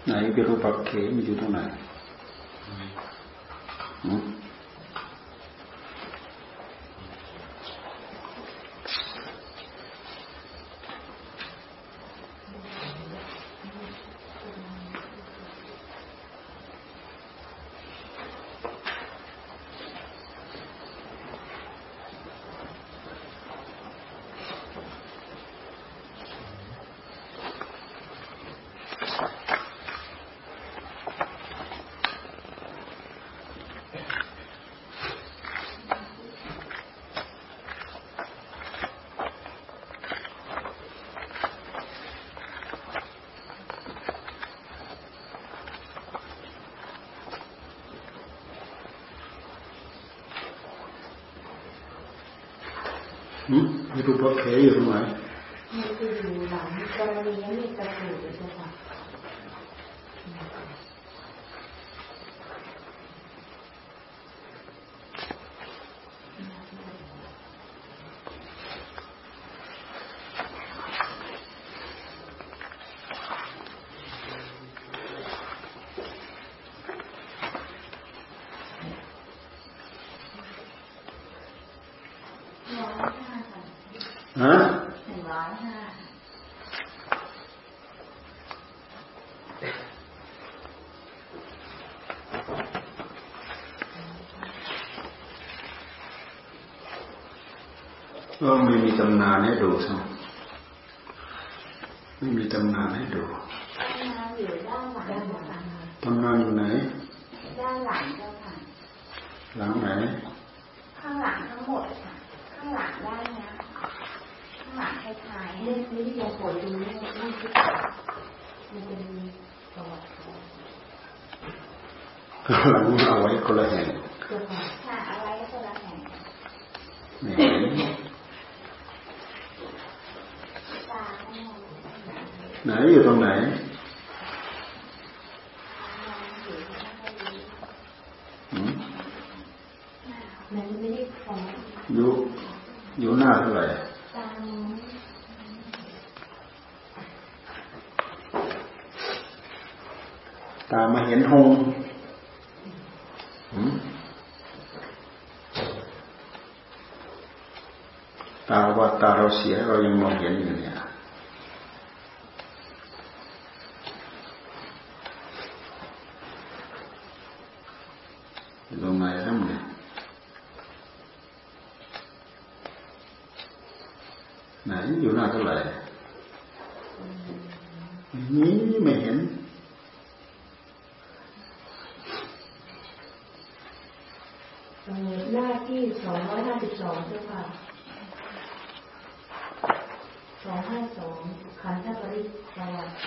ไหนวิรูปักเขมันอยู่ตรงไหนวิรูปักเขอยู่ตรงไหนมันคืออยู่หลังกรณีมีตะปูเลยจ้ะค่ะก็ไม่มีตำนานให้ดูใช่ไหมไม่มีตำนานให้ดูตำนานอยู่ไหนด้านหลังเจ้าค่ะหลังไหนข้างหลังทั้งหมดค่ะข้างหลังด้านนี้ข้างหลังท้ายๆนี่ที่ยังปวดดูนี่ที่มันจะมีประวัติหลังเอาไว้คนละแห่งค่ะเอาไว้คนละแห่งไหนอยู่ตรงไหนอยู่หน้าเท่าไหร่ตามาเห็นหงตาว่าตาเราเสียเรายังมองเห็นอยู่เนี่ยลงมาแล้วมั้ยไหนอยู่หน้าเท่าไหร่นี้ไม่เห็นหน้าที่252เจ้าค่ะ252ขันธปริปวัติ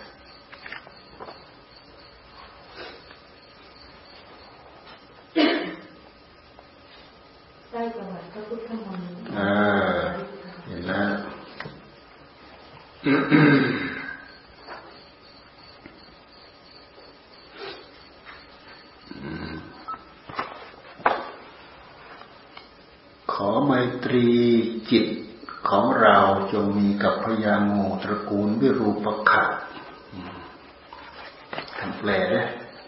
ได้ประวัติพระพุทธมนต์เห็นแล้วขอไมตรีจิตของเราจงมีกับพญางูตระกูลวิรูปักขะท่านแปลนะ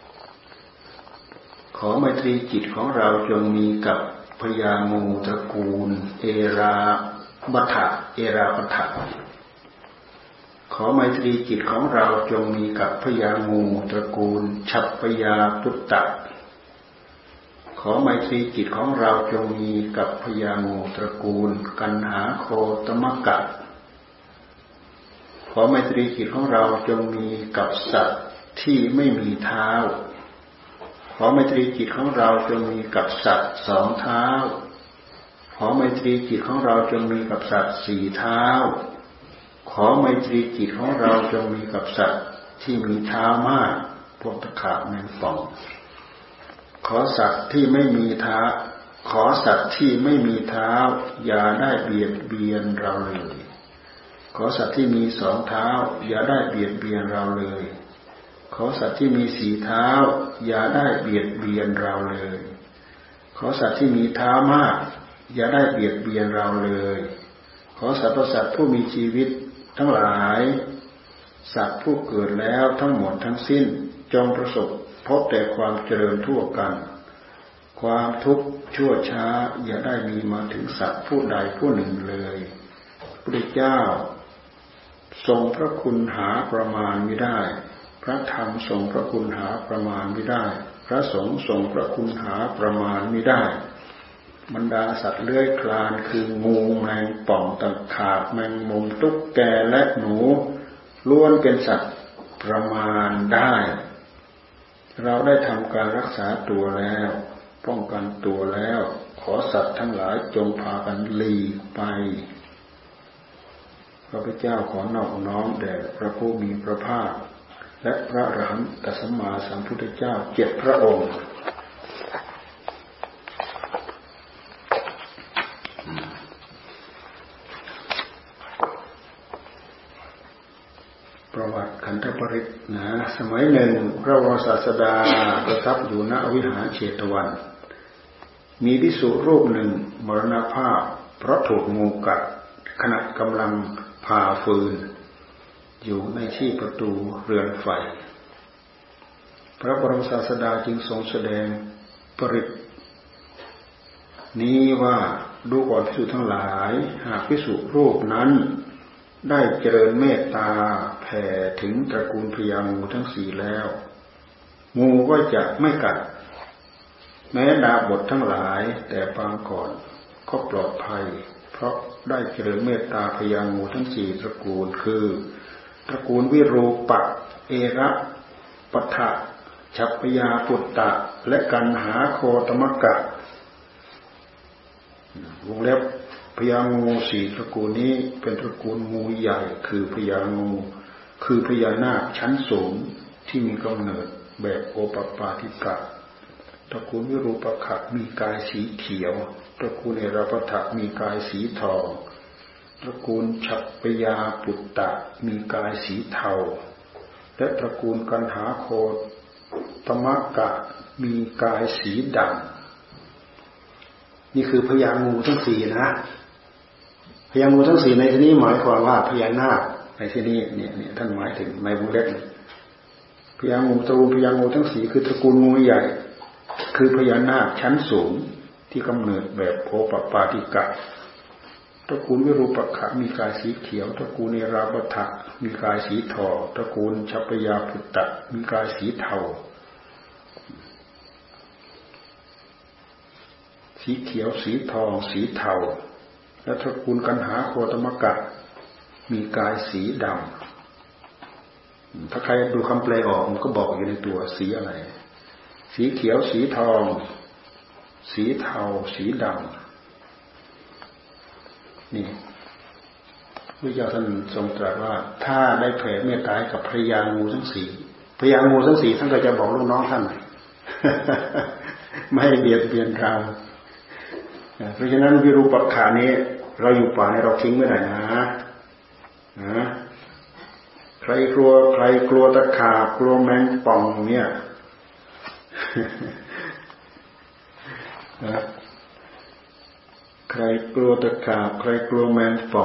ขอไมตรีจิตของเราจงมีกับพญางูตระกูลเอราบัถะเอราบัถะขอไมตรีจิตของเราจงมีกับพญางูตระกูลฉัพพยาตุตตะขอไมตรีจิตของเราจงมีกับพญางูตระกูลกันหาโคตมกะขอไมตรีจิตของเราจงมีกับสัตว์ที่ไม่มีเท้าขอไมตรีจิตของเราจงมีกับสัตว์สองเท้าขอไมตรีจิตของเราจงมีกับสัตว์สี่เท้าขอไมตรีจิตของเราจงมีกับสัตว์ที่มีเท้ามากพวกตะขาบแมงป่องขอสัตว์ที่ไม่มีเท้าขอสัตว์ที่ไม่มีเท้าอย่าได้เบียดเบียนเราเลยขอสัตว์ที่มีสองเท้าอย่าได้เบียดเบียนเราเลยขอสัตว์ที่มีสี่เท้าอย่าได้เบียดเบียนเราเลยขอสัตว์ที่มีเท้ามากอย่าได้เบียดเบียนเราเลยขอสรรพสัตว์ผู้มีชีวิตทั้งหลายสัตว์ผู้เกิดแล้วทั้งหมดทั้งสิ้นจงประสบพบแต่ความเจริญทั่วกันความทุกข์ชั่วช้าอย่าได้มีมาถึงสัตว์ผู้ใดผู้หนึ่งเลยพระเจ้าทรงพระคุณหาประมาณไม่ได้พระธรรมทรงพระคุณหาประมาณไม่ได้พระสงฆ์ทรงพระคุณหาประมาณไม่ได้บรรดาสัตว์เลื้อยคลานคืองูแมงป่องตะขาบแมงมุมตุ๊กแกและหนูล้วนเป็นสัตว์ประมาณได้เราได้ทำการรักษาตัวแล้วป้องกันตัวแล้วขอสัตว์ทั้งหลายจงพากันหลีกไปข้าพเจ้าขอนอบน้อมแด่พระผู้มีพระภาคและพระอรหันตสัมมาสัมพุทธเจ้า7พระองค์ประวัติขันธปริตนะสมัยหนึ่งพระบรมศาสดาประทับอยู่ณวิหารเชตวันมีภิกษุรูปหนึ่งมรณภาพเพราะถูกงูกัดขณะกำลังผ่าฟืนอยู่ในที่ประตูเรือนไฟพระบรมศาสดาจึงทรงแสดงปริตนี้ว่าดูก่อนภิกษุทั้งหลายหากภิกษุรูปนั้นได้เจริญเมตตาแผ่ถึงตระกูลพญางูทั้งสี่แล้วงูก็จะไม่กัดแม้ดาบททั้งหลายแต่ปางก่อนก็ปลอดภัยเพราะได้เจริญเมตตาพญางูทั้งสี่ตระกูลคือตระกูลวิรูปักเอระปทะฉัพพยาปุตตะและกันหาโคตมกะวงเล็บพญางูสี่ตระกูลนี้เป็นตระกูลงูใหญ่คือพญางูคือพญานาคชั้นสูงที่มีกำเนิดแบบโอปปาติกะตระกูลวิรูปักขะมีกายสีเขียวตระกูลเอราปทะมีกายสีทองตระกูลฉัพพยาปุตตะมีกายสีเทาและตระกูลกันหาโคตมกะมีกายสีดำนี่คือพญางูทั้งสี่นะพญางูทั้งสี่ในที่นี้หมายความว่าพญานาคในที่นี้เนี่ยท่านหมายถึงในวงเล็บพญางูตระกูลพญางูทั้งสี่คือตระกูลงูใหญ่คือพญานาคชั้นสูงที่กำเนิดแบบโอปปาติกะตระกูลวิรูปักขะมีกายสีเขียวตระกูลเอราปทะมีกายสีทองตระกูลฉัพพยาปุตตะมีกายสีเทาสีเขียวสีทองสีเทาและตระกูลกันหาโคตมกะมีกายสีดำถ้าใครดูคำแปลออกมันก็บอกอยู่ในตัวสีอะไรสีเขียวสีทองสีเทาสีดำนี่พระเจ้าท่านทรงตรัสว่าถ้าได้แผ่เมตตากับพญางูทั้งสี่พญางูทั้งสี่ท่านก็จะบอกลูกน้องท่านไม่ให้เบียดเบียนเราเพราะฉะนั้นวิรูปักขานี้เราอยู่ป่าเนี่ยเราทิ้งไม่ได้นะใครกลัวตะขาบกลัวแมงป่องเนี่ยใครกลัวตะขาบใครกลัวแมงป่อง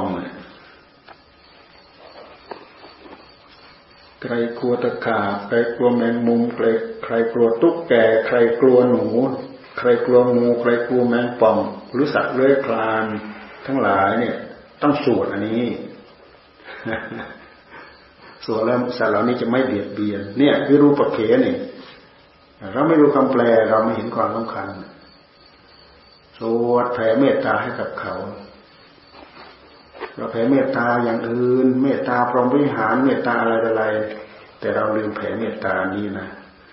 ใครกลัวตะขาบใครกลัวแมงมุมใครกลัวตุ๊กแกใครกลัวหนูใครกลัวงูใครกลัวแมงป่องหรือสัตว์เลื้อยคลานทั้งหลายเนี่ยต้องสวดอันนี้สวดแล้วสัตว์เหล่านี้จะไม่เบียดเบียนเนี่ยวิรูปักเขนี่เราไม่รู้คำแปลเราไม่เห็นความสำคัญสวดแผ่เมตตาให้กับเขาเราแผ่เมตตาอย่างอื่นเมตตาพรหมวิหารเมตตาอะไรแต่เราลืมแผ่เมตตานี้นะ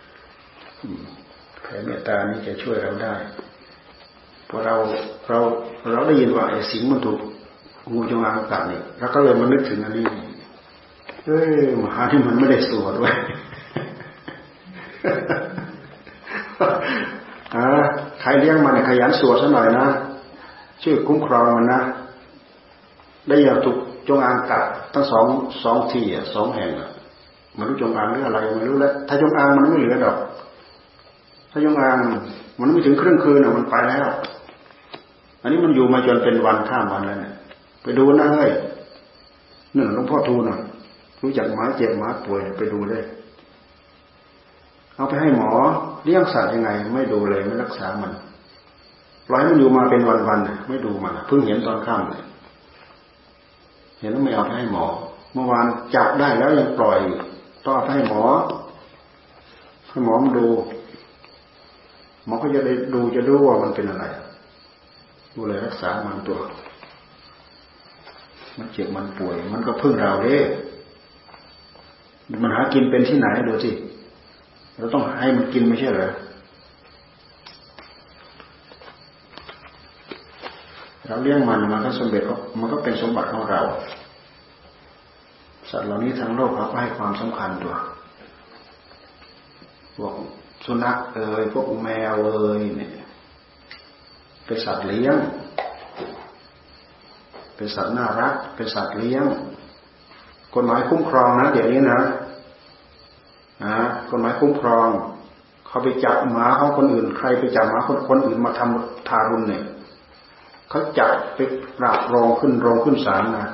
แผ่เมตตานี้จะช่วยเราได้พอเราได้ยินว่าไอ้สิงมันถูกงูจงอางกัดนี่เราก็เลยมานึกถึงอันนี้มหาที่มันไม่ได้สวดไว้ใครเลี้ยงมันขยันสวดซะหน่อยนะช่วยคุ้มครองมันนะได้อย่าถูกจงอางกัดทั้งสองที่สองแห่งมันรู้จงอางหรืออะไรไม่รู้แล้วถ้าจงอางมันไม่เหลือดอกถ้าจงอางมันไม่ถึงครึ่งคืนมันไปแล้วอันนี้มันอยู่มาจนเป็นวันข้ามวันแล้วเนี่ยไปดูนะเฮ้ยหนึ่งหลวงพ่อทูลรู้จักหมาเจ็บหมาป่วยไปดูเลยเอาไปให้หมอเลี้ยงสัตว์ยังไงไม่ดูเลยไม่รักษามันปล่อยมันอยู่มาเป็นวันๆไม่ดูมันเพิ่งเห็นตอนค่ำเห็นแล้วไม่เอาไปให้หมอเมื่อวานจับได้แล้วยังปล่อยต้องเอาไปให้หมอมันดูหมอก็จะได้ดูจะรู้ว่ามันเป็นอะไรดูเลยรักษามันตัวมันเจ็บมันป่วยมันก็พึ่งเราเด้มันหากินเป็นที่ไหนดูสิเราต้องให้มันกินไม่ใช่เหรอเราเลี้ยงมันก็สมบัติมันก็เป็นสมบัติของเราสัตว์เหล่านี้ทั้งโลกเขาก็ให้ความสำคัญตัวพวกสุนัขพวกแมวเนี่ยเป็นสัตว์เลี้ยงเป็นสัตว์น่ารักเป็นสัตว์เลี้ยงกฎหมายคุ้มครองนะเดี๋ยวนี้นะกฎหมายคุ้มครองเขาไปจับหมาของคนอื่นใครไปจับหมาคนอื่นมาทำทารุณเนี่ยเขาจับไปปราบโรงขึ้นศาลนะ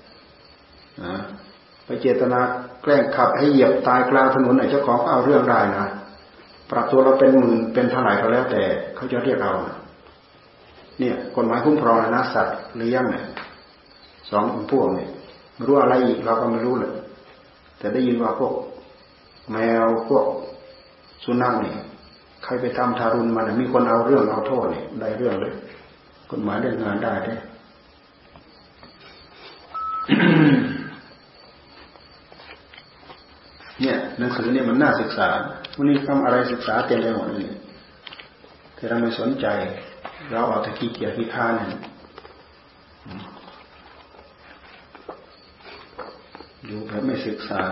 ไปเจตนาแกล้งขับให้เหยียบตายกลางถนนไหนเจ้าของก็เอาเรื่องได้นะปรับตัวเราเป็นหมื่นเป็นเท่าไหร่ก็แล้วแต่เขาจะเรียกเราเนี่ยกฎหมายคุ้มครองนะสัตว์เลี้ยงเนี่ยสองพวกเนี่ยไม่รู้อะไรอีกเราก็ไม่รู้เลยแต่ได้ยินว่าพวกแมวพวกสุนัขเนี่ยใครไปทำทารุณมันมีคนเอาเรื่องเอาโทษเนี่ยได้เรื่องเลยกฎหมายเรื่องงานได้เด้ เนี่ยหนังสือเนี่ยมันน่าศึกษาวันนี้ทำอะไรศึกษาเต็มไปหมดเลยแต่เราไม่สนใจเราเอาแต่ขี้เกียจขี้ค้านเนี่ยอยู่แบบไม่ศึกษา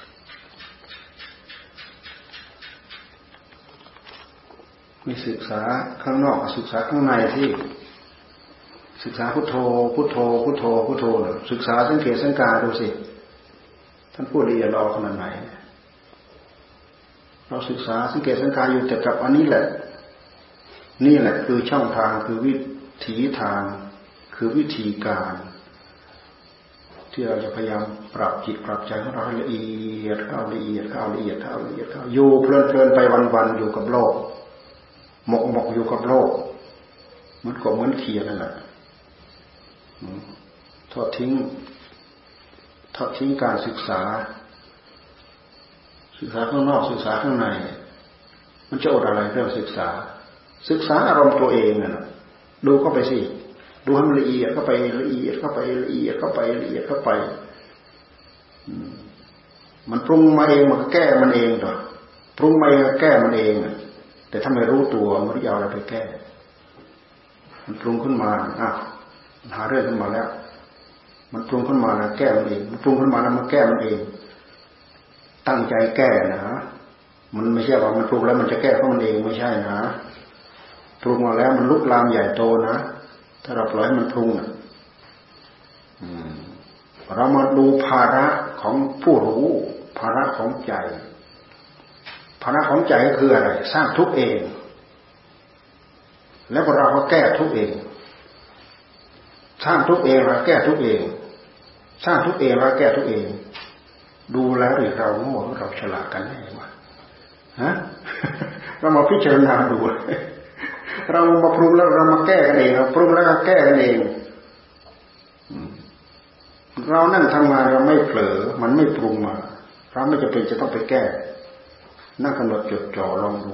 ไม่ศึกษาข้างนอกศึกษาข้างในที่ศึกษาพุทโธพุทโธพุทโธพุทโธศึกษาสังเกตสังกาดูสิท่านพูดละเอียดอ่อนขนาดไหนเราศึกษาสังเกตสังกาอยู่แต่กับอันนี้แหละนี่แหละคือช่องทางคือวิถีทางคือวิธีการที่เราจะพยายามปรับจิตปรับใจของเราให้ละเอียดเข้าละเอียดเข้าละเอียดเข้าละเอียดเข้าอยู่เพลินไปวันๆอยู่กับโลกหมกอยู่กับโลกมันก็เหมือนเขียดนั่นแหละทอดทิ้งการศึกษาข้างนอกศึกษาข้างในมันจะอดอะไรเรื่องศึกษาอารมณ์ตัวเองน่ะดูเข้าไปสิดูให้มันละเอียดเข้าไปละเอียดเข้าไปละเอียดเข้าไปละเอียดเข้าไปมันปรุงมาเองมันแก้มันเองต่อปรุงมาเองแก้มันเองแต่ถ้าไม่รู้ตัวมันจะเอาอะไรไปแก้มันปรุงขึ้นมาหาเรื่องขึ้นมาแล้วมันปรุงขึ้นมาแล้วแก้มันเองมันปรุงขึ้นมาแล้วมันแก้มันเองตั้งใจแก้นะมันไม่ใช่ว่ามันปรุงแล้วมันจะแก้เพราะมันเองไม่ใช่นะปรุงมาแล้วมันลุกลามใหญ่โตนะถ้าเราปล่อยให้มันปรุงเรามาดูภาระของผู้รู้ภาระของใจภาระของใจก็คืออะไรสร้างทุกข์เองแล้วเราก็แก้ทุกข์เองสร้างทุกข์เองเราแก้ทุกข์เองสร้างทุกข์เองเราแก้ทุกข์เองดูแล้วเราโง่เราฉลาดกันแน่วะเรามาพิจารณาดูเรามาปรุงแล้วเรามาแก้กันเองเราปรุงแล้วก็แก้กันเองเรานั่งทำงานเราไม่เผลอมันไม่ปรุงมาเราไม่จำเป็นจะต้องไปแก้นั่งกำหนดจดจ่อลองดู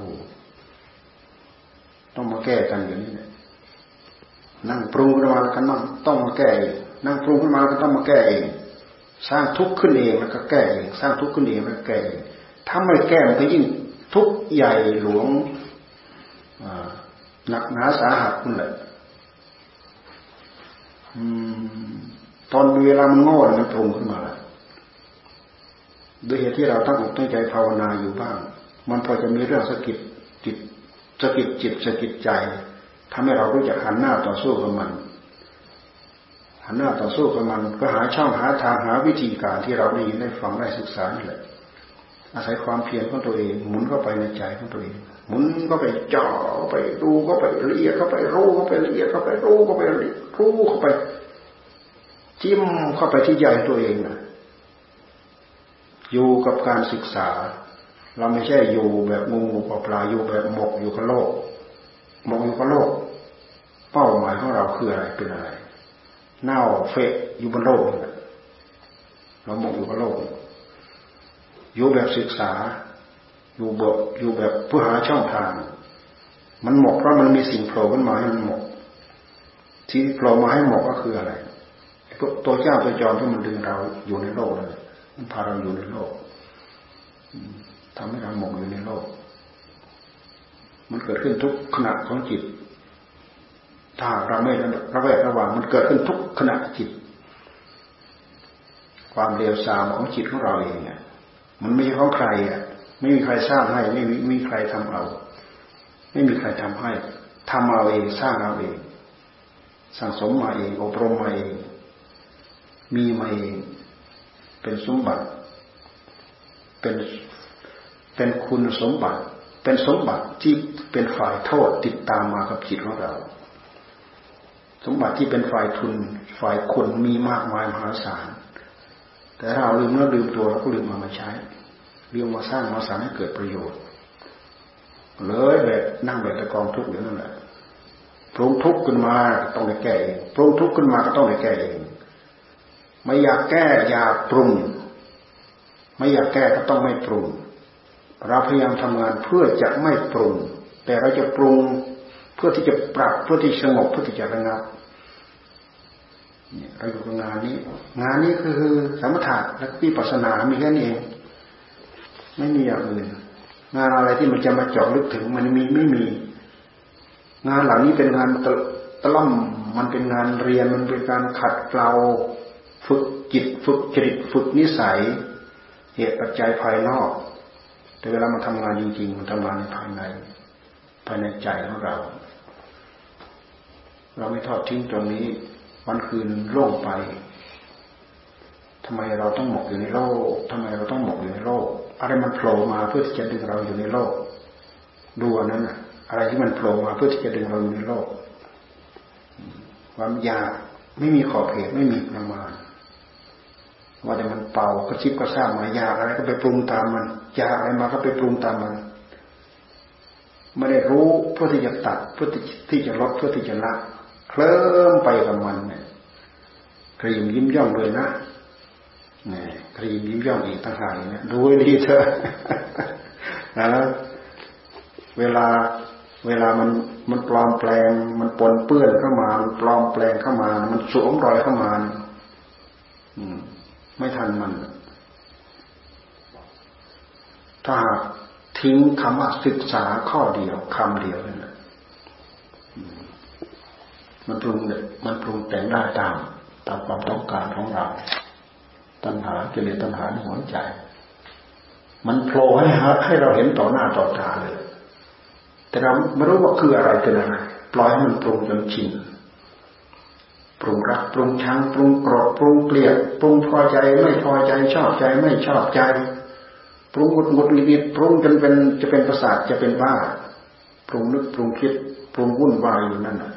ต้องมาแก้กันอย่างนี้เนี่ยนั่งปรุงขึ้นมาแล้วก็ต้องมาแก้เองนั่งปรุงขึ้นมาแล้วก็ต้องมาแก้เองสร้างทุกข์ขึ้นเองแล้วก็แก้เองสร้างทุกข์ขึ้นเองแล้วก็แก้เองถ้าไม่แก้มันก็ยิ่งทุกข์ใหญ่หลวงหนักหนาสาหัสนั่นแหละตอนเวลามันโง่มันปรุงขึ้นมาแล้วด้วยเหตุที่เราตั้งอกตั้งใจภาวนาอยู่บ้างมันพอจะมีเรื่องสะกิดจิตสะกิดใจทำให้เรารู้จักหันหน้าต่อสู้กับมันหันหน้าต่อสู้กับมันก็หาช่องหาทางหาวิธีการที่เราได้ยินได้ฟังได้ศึกษานี่แหละอาศัยความเพียรของตัวเองหมุนเข้าไปในใจของตัวเองหมุนเข้าไปจ่อไปดูเข้าไปละเอียดเข้าไปรู้เข้าไปละเอียดเข้าไปรู้เข้าไปรู้เข้าไปจิ้มเข้าไปที่ใจตัวเองนะอยู่กับการศึกษาเราไม่ใช่อยู่แบบงูปลาอยู่แบบหมกอยู่กับโลกหมกอยู่กับโลกเป้าหมายของเราคืออะไรเป็นอะไรเน่าเฟะอยู่บนโลกเราหมกอยู่กับโลกอยู่แบบศึกษาอยู่แบบเพื่อหาช่องทางมันหมกเพราะมันมีสิ่งโผล่ขึ้นมาให้มันหมกที่โผล่มาให้หมกก็คืออะไรตัวเจ้าตัวจอมที่มันดึงเราอยู่ในโลกเลยมันพาเราอยู่ในโลกทำให้เราหมกอยู่ในโลกมันเกิดขึ้นทุกขณะของจิตถ้าเราไม่ระแวดระวังมันเกิดขึ้นทุกขณะจิตความเลวทรามของจิตของเราเองเนี่ยมันไม่ใช่ของใครไม่มีใครสร้างให้ไม่มีใครทำเอาไม่มีใครทำให้ทำเอาเองสร้างเอาเองสั่งสมมาเองอบรมมาเองมีมาเองเป็นสมบัติเป็นคุณสมบัติเป็นสมบัติที่เป็นฝ่ายโทษติดตามมากับจิตของเราสมบัติที่เป็นฝ่ายทุนฝ่ายคุณมีมากมายมหาศาลแต่เราลืมเนื้อลืมตัวเราก็ลืมมาใช้ลืมมาสร้างมาสรรให้เกิดประโยชน์เลยแบบนั่งแบบตะกองทุกข์อยู่นั่นแหละปรุงทุกข์ขึ้นมาต้องไปแก้เองปรุงทุกข์ขึ้นมาก็ต้องไปแก้เองไม่อยากแก้อยากปรุงไม่อยากแก้ก็ต้องไม่ปรุงเราพยายามทำงานเพื่อจะไม่ปรุงแต่เราจะปรุงเพื่อที่จะปรับเพื่อที่สงบเพื่อที่จะระงับเนี่ยเราอยู่กับงานนี้คือสมถะและวิปัสสนามีแค่นี้เองไม่มีอย่างอื่นงานอะไรที่มันจะมาเจาะลึกถึงมันไม่มีงานเหล่านี้เป็นงานตะล่อมมันเป็นงานเรียนมันเป็นการขัดเกลาฝึกจิตฝึกจริตฝึกนิสัยเหตุปัจจัยภายนอกแต่เวลามันทำงานจริงๆมันทำงานในภายในใจของเราไม่ทอดทิ้งตรงนี้วันคืนโล่งไปทำไมเราต้องหมกอยู่ในโลกทำไมเราต้องหมกอยู่ในโลกอะไรมันโผล่มาเพื่อที่จะดึงเราอยู่ในโลกดูอันนั้นอะไรที่มันโผล่มาเพื่อที่จะดึงเราอยู่ในโลกความอยากไม่มีขอบเขตไม่มีประมาณว่าแต่มันเป่ากระชิบกระซาบมาอยากอะไรก็ไปปรุงตามมันอยากอะไรมาก็ไปปรุงตามมันไม่ได้รู้เพื่อที่จะตัดเพื่อที่จะลดเพื่อที่จะละเคลิ้มไปกับมันเนี่ยกระยิมยิ้มย่องเลยนะนี่กระยิมยิ้มย่องอีกต่างหากเนี่ยดูให้ดีเถอะนะเวลามันปลอมแปลงมันปนเปื้อนเข้ามามันปลอมแปลงเข้ามามันสวมรอยเข้ามาไม่ทันมันถ้าทิ้งคำว่าศึกษาข้อเดียวคำเดียวนั่นแหละมันปรุงแต่งได้ตามความต้องการของเราตัณหากิเลสตัณหาในหัวใจมันโผล่ให้เราเห็นต่อหน้าต่อตาเลยแต่เราไม่รู้ว่าคืออะไรเป็นอะไรปล่อยให้มันปรุงจนชินปรุงรักปรุงชังปรุงโกรธปรุงเกลียดปรุงพอใจไม่พอใจชอบใจไม่ชอบใจปรุงหงุดหงิดปรุงจนจะเป็นประสาทจะเป็นบ้าปรุงนึกปรุงคิดปรุงวุ่นวายอยู่นั่นน่ะ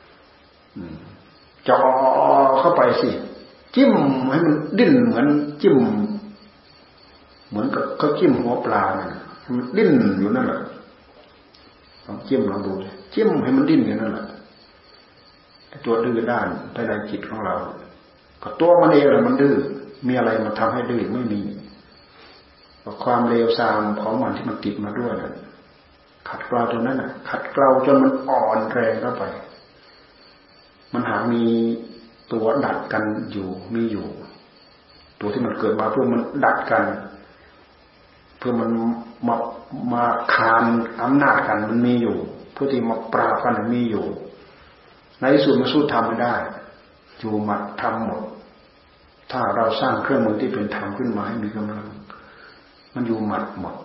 จ่อเข้าไปสิจิ้มให้มันดิ้นเหมือนจิ้มเหมือนกับเขาจิ้มหัวปลาเนี่ยมันดิ้นอยู่นั่นแหละลองจิ้มลองดูจิ้มให้มันดิ้นอยู่นั่นแหละตัวดื้อด้านภายในจิตของเราก็ตัวมันเองแหละมันดื้อมีอะไรมาทำให้ดื้อไม่มีความเลวทรามของมันที่มันติดมาด้วยน่ะขัดเกลาตัวนั้นน่ะขัดเกลาจนมันอ่อนแรงเข้าไปมันหามีตัวดัดกันอยู่มีอยู่ตัวที่มันเกิดมาเพื่อมันดัดกันเพื่อมันมาคานอำนาจกันมันมีอยู่เพื่อที่มาปราบกันมีอยู่ในที่สุดมันสู้ทำไม่ได้อยู่หมัดทำหมดถ้าเราสร้างเครื่องมือที่เป็นธรรมขึ้นมาให้มีกำลังมันอยู่หมัดหมด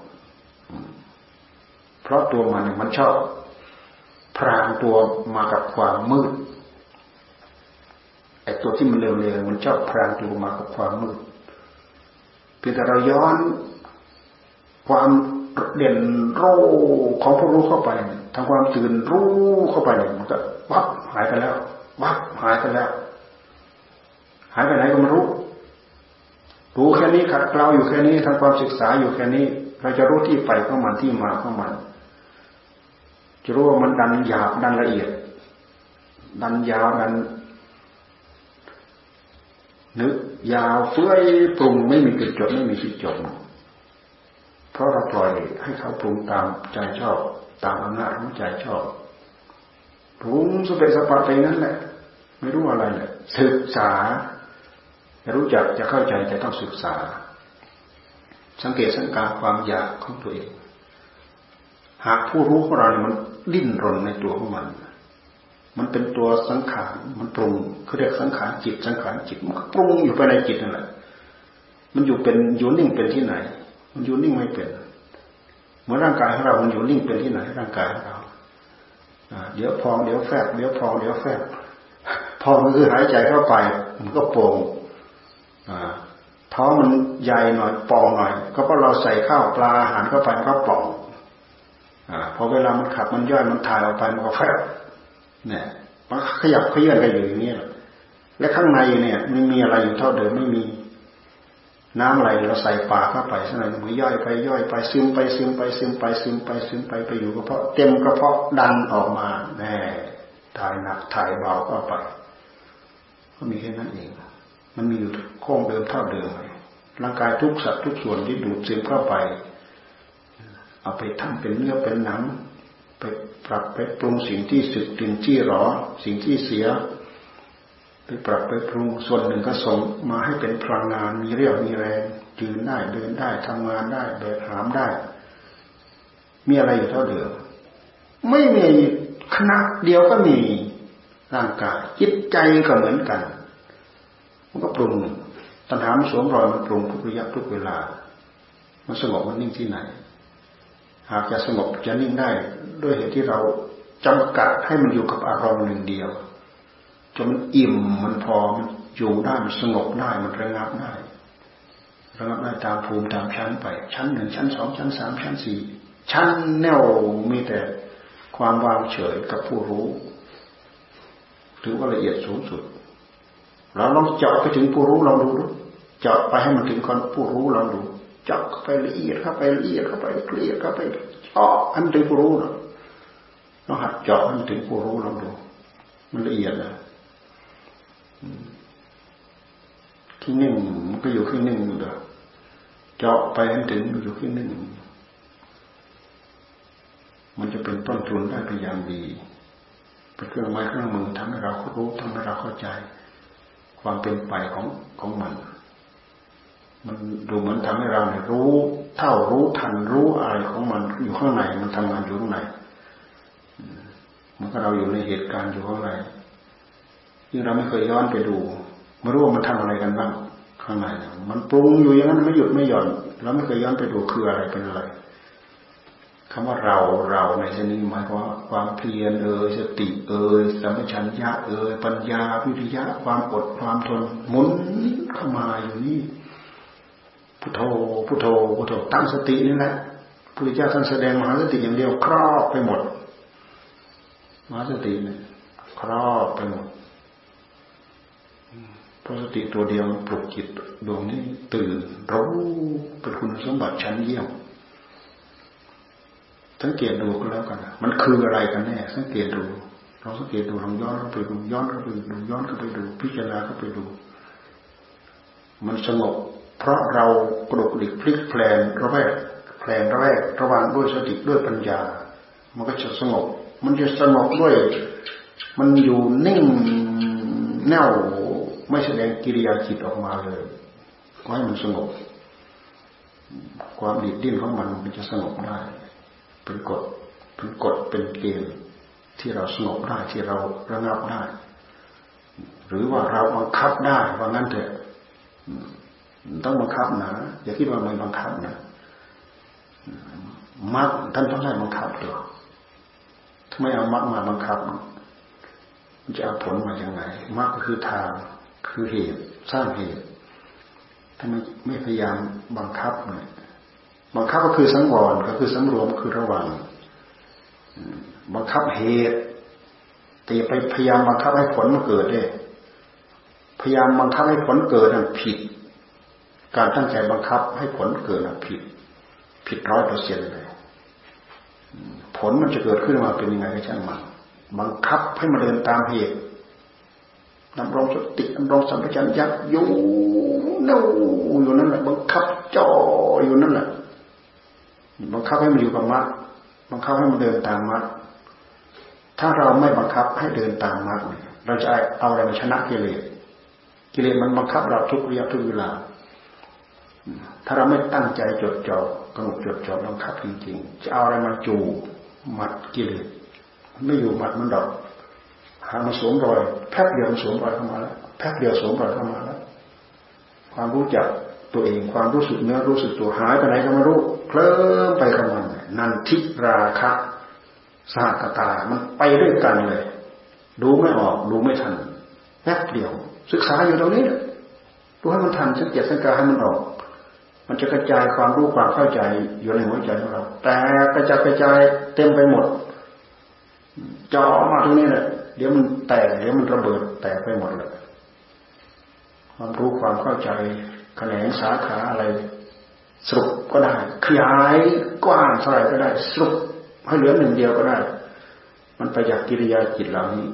เพราะตัวมันชอบพรางตัวมากับความมืดไอ้ตัวที่มันเร็วๆมันชอบพรางตัวมากับความมืดเพียงแต่เราย้อนความเด่นรู้ของผู้รู้เข้าไปทำความตื่นรู้เข้าไปมันก็วับหายไปแล้ววับหายไปแล้วหายไปไหนก็ไม่รู้รู้แค่นี้ขัดเกลาอยู่แค่นี้ทำความศึกษาอยู่แค่นี้เราจะรู้ที่ไปของมันที่มาของมันจะรู้ว่ามันดันหยาบดันละเอียดดันยาวดันนึกยาวเฟื้อยปรุงไม่มีจุดจบไม่มีที่จบเพราะเราปล่อยให้เขาปรุงตามใจชอบตามอำนาจของใจชอบปรุงสเปสปะไปนั่นแหละไม่รู้อะไรเลยศึกษาจะรู้จักจะเข้าใจจะต้องศึกษาสังเกตสังการความอยากของตัวเองหากผู้รู้ของเรามันดิ้นรนในตัวของมันเป็นตัวสังขารมันปรุงเขาเรียกสังขารจิตสังขารจิตมันปรุงอยู่ภายในจิตนั่นแหละมันอยู่นิ่งเป็นที่ไหนมันอยู่นิ่งไม่เป็นเหมือนร่างกายของเรามันอยู่นิ่งเป็นที่ไหนร่างกายของเราเดี๋ยวพองเดี๋ยวแฟบเดี๋ยวพองเดี๋ยวแฟบพองก็คือหายใจเข้าไปมันก็โป่งท้องมันใหญ่หน่อยปองหน่อยก็เพราะเราใส่ข้าวปลาอาหารเข้าไปมันก็ป่องพอเวลามันขับมันย่อยมันถ่ายออกไปมันก็แฟบเนี่ยมันขยับเขยื้อนกันอยู่อย่างนี้แหละและข้างในเนี่ยไม่มีอะไรอยู่เท่าเดิมไม่มีน้ำอะไรเราใส่ปากเข้าไปสักหน่อยมันย่อยไปซึมไปไปอยู่กระเพาะเต็มกระเพาะดันออกมาแน่ถ่ายหนักถ่ายเบาเข้าไปก็มีแค่นั้นเองมันมีอยู่โครงเดิมเท่าเดิมร่างกายทุกสัตว์ทุกส่วนที่ดูดซึมเข้าไปเอาไปทำเป็นเนื้อเป็นหนังไปปรับไปปรุงสิ่งที่สึกกลิ่นที่หรอสิ่งที่เสียไปปรับไปปรุงส่วนหนึ่งก็ส่งมาให้เป็นพลังงานมีเรี่ยวมีแรงยืนได้เดินได้ทำงานได้แบกหามได้มีอะไรอยู่เท่าเดิมไม่มีขณะเดียวก็มีร่างกายจิตใจก็เหมือนกันมันก็ปรุงตัณหามันสวมรอยมันปรุงทุกระยะทุกเวลามันสงบมันนิ่งที่ไหนหากจะสงบจะนิ่งได้ด้วยเหตุที่เราจำกัดให้มันอยู่กับอารมณ์หนึ่งเดียวจนมันอิ่มมันพอมันอยู่ได้มันสงบได้มันระงับได้ตามภูมิตามชั้นไปชั้นหนึ่งชั้นสองชั้นสามชั้นสี่ชั้นแนวมีแต่ความวางเฉยกับผู้รู้ถือว่าละเอียดสูงสุดเราลองเจาะไปถึงผู้รู้ลองดูเจาะไปให้มันถึงคนผู้รู้ลองดูเจาะเข้าไปละเอียดเข้าไปละเอียดเข้าไปละเอียดเข้าไปเจาะให้มันถึงผู้รู้เราหัดเจาะให้มันถึงผู้รู้ลองดูมันละเอียดนะที่นิ่งมันก็อยู่ที่นิ่งอยู่เด้อเจาะไปให้ถึงอยู่ที่นิ่งมันจะเป็นต้นทุนได้เป็นอย่างดีเป็นเครื่องไม้เครื่องมือทำให้เรารู้ทำให้เราเข้าใจความเป็นไปของมันดูเหมือนทำให้เราเนี่ยรู้เท่ารู้ทันรู้อะไรของมันอยู่ข้างในมันทำงานอยู่ข้างในมันก็เราอยู่ในเหตุการณ์อยู่ข้างในยิ่งเราไม่เคยย้อนไปดูไม่รู้ว่ามันทำอะไรกันบ้างข้างในมันปรุงอยู่อย่างนั้นไม่หยุดไม่หย่อนเราไม่เคยย้อนไปดูคืออะไรเป็นอะไรคำว่าเราในที่นี้หมายความว่าความเพียรสติสัมปชัญญะปัญญาวิริยะความอดความทนหมุนเข้ามาอยู่นี่พุทโธพุทโธพุทโธตั้งสตินี่แหละพุทธเจ้าท่านแสดงมหาสติอย่างเดียวครอบไปหมดมหาสติเนี่ยครอบไปหมดเพราะสติตัวเดียวปลุกจิตดวงนี้ตื่นรู้เป็นคุณสมบัติชั้นเยี่ยมสังเกตดูก็แล้วกันมันคืออะไรกันแน่สังเกตดูเราสังเกตดูลองย้อนเข้าไปดูย้อนเข้าไปดูย้อนเข้าไปดูพิจารณาเข้าไปดูมันสงบเพราะเรากระดุกดิกพลิกแปลงระแวกระวังด้วยสติด้วยปัญญามันก็จะสงบมันจะสงบด้วยมันอยู่นิ่งแน่วไม่แสดงกิริยาจิตออกมาเลยขอให้มันสงบความดิ้นของมันจะสงบได้เป็นกฎเป็นเกณฑ์ที่เราสงบได้ที่เราระงับได้หรือว่าเราบังคับได้ว่างั้นเถอะต้องบังคับนะอย่าคิดว่าไม่บังคับนะมรรคท่านต้องให้บังคับตัวทำไมเอามรรคมาบังคับมันจะเอาผลมาอย่างไรมรรคก็คือทางคือเหตุสร้างเหตุถ้าไม่พยายามบังคับเนี่ยบังคับก็คือสังวรก็คือสำรวมคือระวังบังคับเหตุแต่ไปพยายามบังคับให้ผลมันเกิดได้พยายามบังคับให้ผลเกิดนั่นผิดการตั้งใจบังคับให้ผลเกิดผิด 100%เลยผลมันจะเกิดขึ้นมาเป็นยังไงก็ช่างมันบังคับให้มันเดินตามเหตุดำรงสติดำรงสัมปชัญญะอยู่นั่นแหละบังคับจ่ออยู่นั่นแหละบังคับให้มันอยู่กับมรรคบังคับให้มันเดินตามมรรคถ้าเราไม่บังคับให้เดินตามมรรคเราจะเอาอะไรมาชนะกิเลสมันบังคับเราทุกระยะทุกเวลาถ้าเราไม่ตั้งใจจดจ่อกำหนดจดจ่อบังคับจริงๆจะเอาอะไรมาจูหมัดกิเลสไม่อยู่หมัดมันดอกหามาสวมรอยแป๊บเดียวมันสวมรอยเข้ามาแล้วแป๊บเดียวสวมรอยเข้ามาแล้วความรู้จักตัวเองความรู้สึกเนื้อรู้สึกตัวหายไปไหนก็ไม่รู้เคลิ้มไปกับมันนันทิราคะสหกตามันไปด้วยกันเลยดูไม่ออกดูไม่ทันแป๊บเดียวศึกษาอยู่ตรงนี้ดูให้มันทันสังเกตสังการให้มันออกมันจะกระจายความรู้ความเข้าใจอยู่ในหัวใจของเราแต่กระจายเต็มไปหมดจ่อมาตรงนี้แหละเดี๋ยวมันแตกเดี๋ยวมันระเบิดแตกไปหมดเลยความรู้ความเข้าใจแขนงสาขาอะไรสรุปก็ได้ขยายกว้างเท่าไหร่ก็ได้สรุปให้เหลือหนึ่งเดียวก็ได้มันไปจากกิริยาจิตเหล่านี้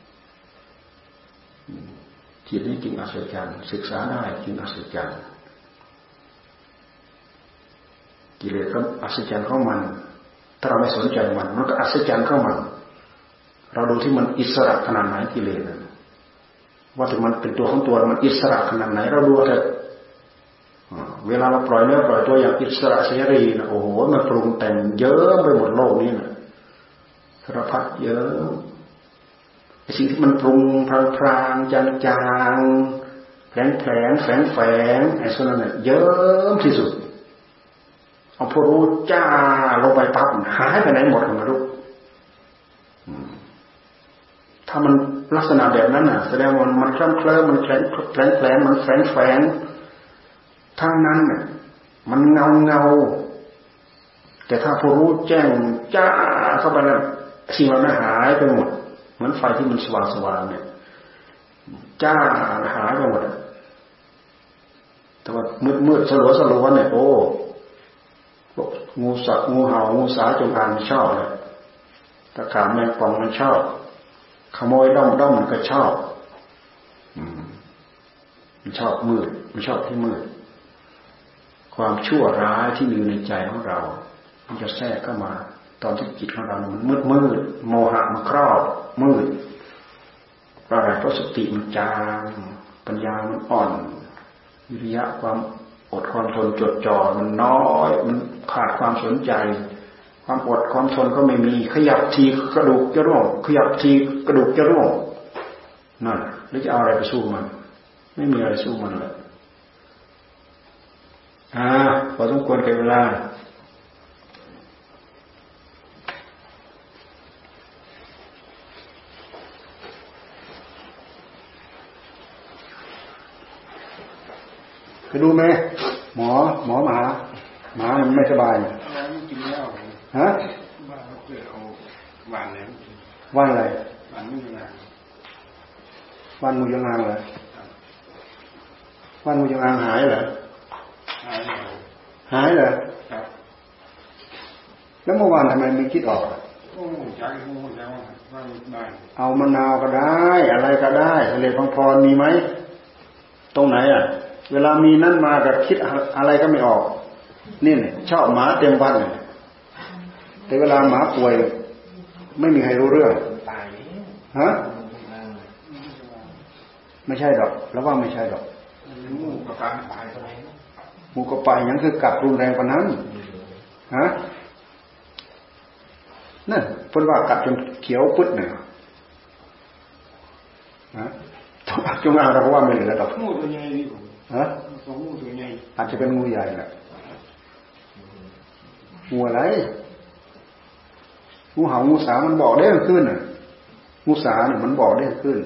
จิตนี้จริงอัศจรรย์ศึกษาได้จริงอัศจรรย์กิเลสก็อัศจรรย์ของมันถ้าเราไม่สนใจมันก็อัศจรรย์ของมันเราดูที่มันอิสระขนาดไหนกิเลสว่าถึงมันเป็นตัวของตัวมันอิสระขนาดไหนเราดูเถอะเวลาเราปล่อยเนื้อปล่อยตัวอย่างอิสระเสรีนะโอ้โหมันปรุงแต่งเยอะไปหมดโลกนี้นะสารพัดเยอะสิ่งที่มันปรุงพรางๆจางๆแฝงไอ้ส่วนนั้นเนี่ยเยอะที่สุดเอาพอรู้จ้าลงไปปั๊บหายไปไหนหมดไม่รู้ถ้ามันลักษณะแบบนั้นน่ะแสดงว่ามันเคลิ้มมันแฝงมันแฝงทั้งนั้นน่ะมันเงาแต่ถ้าพอรู้แจ้งจ้าเข้าไปแล้วสิ่งเหล่านั้นหายไปหมดเหมือนไฟที่มันสว่างเนี่ยจ้าหายไปหมดแต่ว่ามืดสลัวเนี่ยโอ้งูสัตว์งูเห่างูสาจงอางชอบเลยตะขาบแมงป่องมันชอบขโมยด้อมมันก็ชอบมันชอบมืดมันชอบที่มืดความชั่วร้ายที่มีอยู่ในใจของเรามันจะแทรกเข้ามาตอนที่จิตของเรามันมืดโมหะมันครอบมืดเพราะอะไรเพราะสติมันจางปัญญามันอ่อนวิริยะความอดความทนจดจ่อมันน้อยมันขาดความสนใจความอดความทนก็ไม่มีขยับทีกระดูกจะร่วงขยับทีกระดูกจะร่วงนั่นแล้วจะเอาอะไรไปสู้มันไม่มีอะไรสู้มันเลยพอสมควรแก่เวลาไปดูไหมหมอมาหมามันไม่สบายกินแล้วฮะบ้านเขาเกิดเอาหวานแล้วว่านอะไรหวานมูยงางว่านมูยงางเหรอว่านมูยงางหายเหรอหายเหรอครับแล้วเมื่อวานทำไมไม่คิดออกโอ้ใจโง่แล้วว่าได้เอามะนาวก็ได้อะไรก็ได้ทะเลพังพรมีไหมตรงไหนเวลามีนั่นมากับคิดอะไรก็ไม่ออกนี่เนี่ยชอบหมาเต็มบ้านเลยแต่เวลาหมาป่วยไม่มีใครรู้เรื่องฮะไม่ใช่ดอกแล้วว่าไม่ใช่ดอกงูกับการตายอะไรงูกับปลายังคือกัดรุนแรงกว่านั้นฮะนั่นพูดว่ากัดจนเขียวปึ๊ดเนี่ยฮะจงอางเราว่าไม่เหลือดอกงูตัวใหญ่ดิฮะงูตัวใหญ่อาจจะเป็นงูใหญ่แหละงูอะไรงูเห่างูสามันบอกได้ขึ้นน่ะงูสาเนี่ยมันบอกได้ขึ้น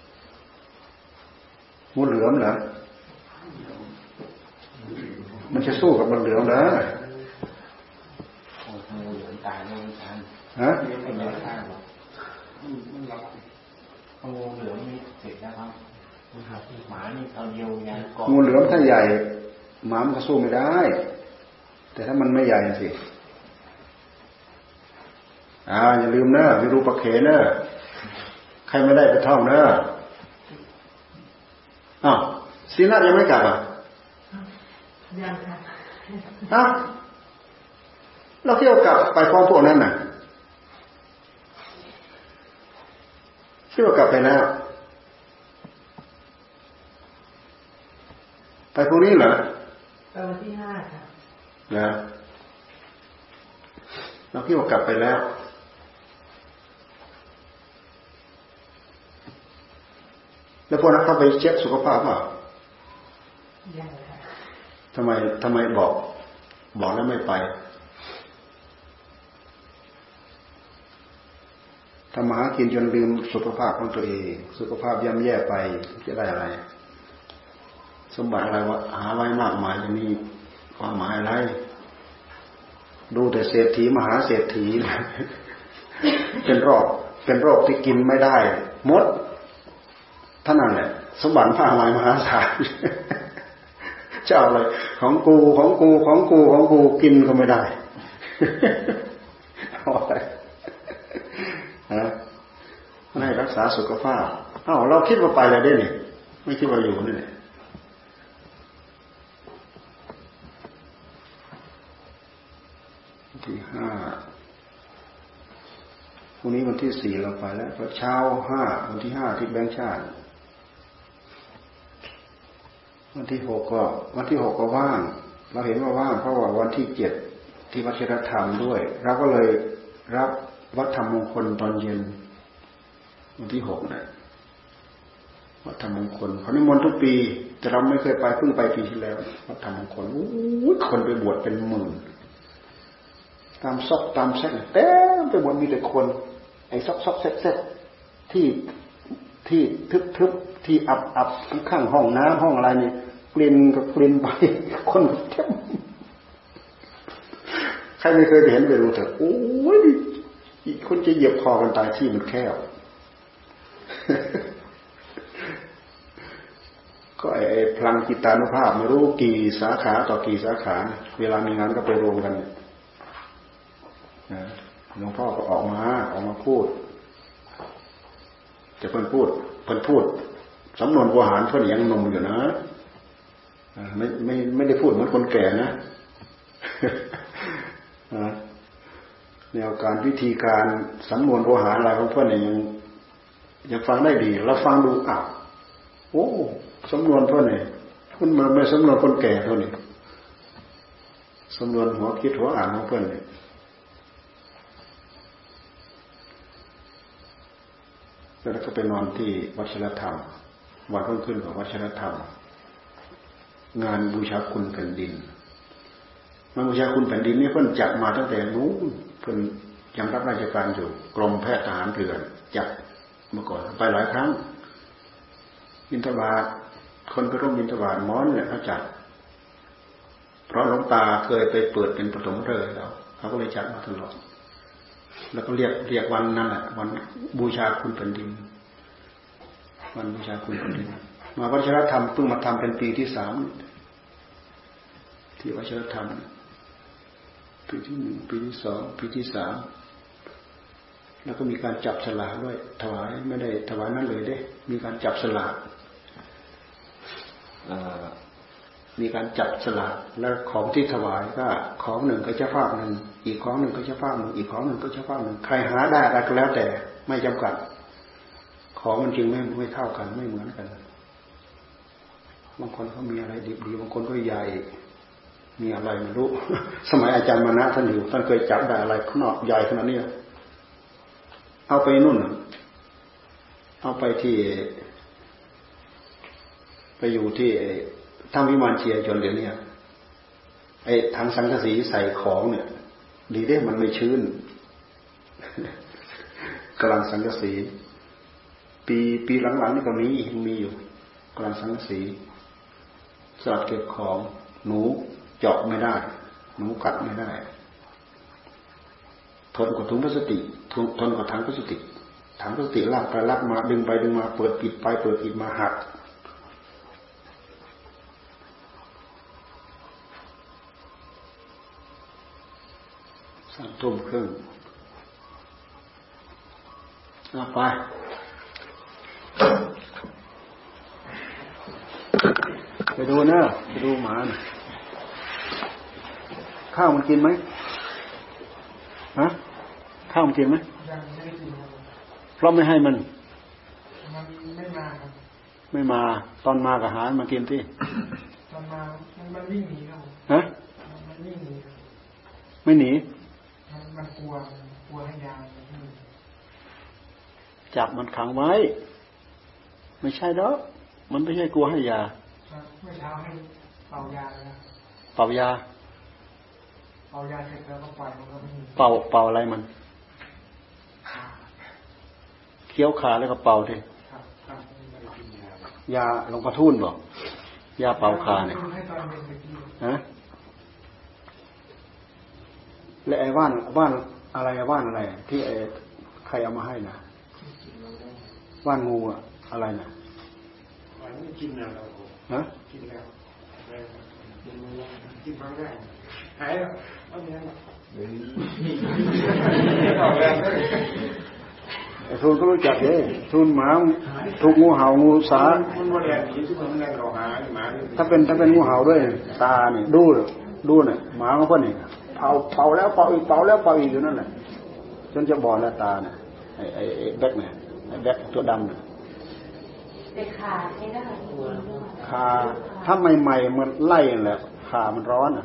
งูเหลือมเหรอมันจะสู้กับมันเหลือมเหรองูเหลือมตายไม่ทันฮะไม่ได้ฆ่าหรอกงูเหลือมนี่เสร็จแล้วครับหมานี่เอาเดียวยังงูเหลือมถ้าใหญ่หมามันก็สู้ไม่ได้แต่ถ้ามันไม่ใหญ่สิอย่าลืมเนอะวิรูปักเขเนอะใครไม่ได้ไปท่องเนอะศีลยังไม่กลับยังค่ะเราเที่ยวกลับไปพร้อมพวกนั้นน่ะเที่ยวกลับไปแล้วไปพรุ่งนี้เหรอไปวันที่5ค่ะนะเราเที่ยวกลับไปแล้วแล้วพวกนั้นเข้าไปเช็คสุขภาพเปล่ายังค่ะทำไมบอกแล้วไม่ไปทำมาหากินจนลืมสุขภาพของตัวเองสุขภาพย่ำแย่ไปจะได้อะไรสมบัติอะไรวะหาไว้มากมายจะมีความหมายอะไรดูแต่เศรษฐีมหาเศรษฐีเป็นโรคที่กินไม่ได้มดท่านั้นแหละสมบัติมากมายมหาศาลจะเอาอะไรของกูกินก็ไม่ได้เอาอะไรให้รักษาสุขภาพเราคิดว่าไปอะไรได้เนี่ยไม่คิดว่าอยู่นี่แหละที่5พรุ่งนี้วันที่4เราไปแล้วพอเช้า5วันที่5ที่แบงค์ชาติวันที่6ก็ว่างเราเห็นว่าว่างเพราะว่าวันที่7ที่วัชรธรรมด้วยเราก็เลยรับวัดธรรมมงคลตอนเย็นวันที่6นะวัดธรรมมงคลเขานิมนต์ทุกปีแต่เราไม่เคยไปเพิ่งไปปีที่แล้ววัดธรรมมงคลคนไปบวชเป็นหมื่นตามซอกตามแซกเต็มไปหมดมีแต่คนไอ้ซอกแซกที่ทึบที่อับข้างห้องน้ำห้องอะไรนี่กลิ่นก็กลิ่นไปคนเต็มใครไม่เคยเห็นไปดูเถอะโอ้ยคนจะเหยียบคอกันตายที่มันแคบก็ไอ้พลังจิตานุภาพไม่รู้กี่สาขาต่อกี่สาขาเวลามีงานก็ไปรวมกันหลวงพ่อก็ออกมาพูดแต่เพิ่นพูดสำนวนโบราณเพิ่นยังหนุ่มอยู่นะไม่ได้พูดเหมือนคนแก่นะแนวการวิธีการสำนวนโบราณอะไรของเพิ่นเนี่ยยังฟังได้ดีเราฟังดูโอ้สำนวนเพิ่นเนี่ยมันไม่สำนวนคนแก่เท่านี้สำนวนหัวคิดหัวอ่านของเพิ่นเนี่ยแล้วก็ไปนอนที่วัชรธรรมวันรุ่งขึ้นของวัชรธรรมงานบูชาคุณแผ่นดินงานบูชาคุณแผ่นดินนี่เพิ่นจัดมาตั้งแต่นู้นเพิ่นยังรับราชการอยู่กรมแพทย์ทหารเรือจัดเมื่อก่อนไปหลายครั้งบิณฑบาตคนไปร่วมบิณฑบาตม้อนเนี่ยเขาจัดเพราะหลวงตาเคยไปเปิดเป็นปฐมฤกษ์แล้วเขาก็เลยจัดมาตลอดแล้วก็เรียกวันนั้นแหละวันบูชาคุณแผ่นดินวันบูชาคุณแผ่นดินมาวัชรธรรมเพิ่งมาทำเป็นปีที่3ที่วัชรธรรมปีที่1ปีที่2ปีที่3แล้วก็มีการจับฉลากด้วยถวายไม่ได้ถวายนั้นเลยเด้มีการจับฉลากมีการจับฉลากแล้วของที่ถวายก็ของหนึ่งก็เจ้าภาพหนึ่งอีกของหนึ่งก็เจ้าภาพหนึ่งอีกของหนึ่งก็เจ้าภาพหนึ่งใครหาได้อะไรก็แล้วแต่ไม่จำกัดของมันจริงไม่เท่ากันไม่เหมือนกันบางคนเขามีอะไรดีบางคนก็ใหญ่มีอะไรไม่รู้สมัยอาจารย์มณะท่านอยู่ท่านเคยจับได้อะไรขนาดใหญ่ขนาดนี้เอาไปนู่นเอาไปอยู่ที่ถ้าวิมานเชียร์จนเดี๋ยวนี้ไอ้ถังสังกะสีใส่ของเนี่ยดีได้มันไม่ชื้นกำลังสังกะสีปีหลังๆนี่ก็มีอยู่กำลังสังกะสีสลัดเก็บของหนูเจาะไม่ได้หนูกัดไม่ได้ทนกับถุงพลาสติกทนกับถังพลาสติกลากไปลากมาดึงไปดึงมาเปิดปิดไปเปิดปิดมาหัก 3:30ไปไปดูนะไปดูหมานะข้าวมันกินไหมฮะข้าวมันกินไหมยังไม่ได้กินเพราะไม่ให้มันไม่มาครับไม่มาตอนมากับหารมากินที่ตอนมามันวิ่งหนีครับฮะมันวิ่งหนีไม่หนีมันกลัวให้ยาจับมันขังไว้ไม่ใช่หรอกมันไม่ใช่กลัวให้ยาเมื่อเช้าให้เป่ายาแล้วเป่ายาเสร็จแล้วก็ปล่อยมันก็ไม่มีเป่าอะไรมันเคี้ยวขาแล้วก็เป่าดิยาลงกระทุ่นบอกยาเป่าขาเนี่ยฮะและไอ้ว่านอะไรว่านอะไรที่ไอ้ใครเอามาให้นะว่านงูอะอะไรนะกินแล้วฮะกินแล้วกินครั้งแรกหายแล้วเอาเนี้ยไอ้ทูนก็รู้จักเด้ทูนหมาถูกงูเห่างูสาถ้าเป็นงูเห่าด้วยตาเนี่ยดูเนี่ยหมาของเพิ่นนี่เป่าแล้วเป่าอีกเป่าแล้วเป่าอีกอยู่นั่นแหละจนจะบอดแล้วตาเนี่ยไอ้แบกเนี่ยไอ้แบกตัวดำเนี่ยขาถ้าใหม่ๆมันไล่แหละขามันร้อนอ่ะ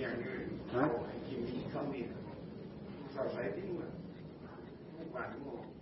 ฮะกินข้าวเหนียวใส่ทิ้งเลยไม่กวาดหม้อ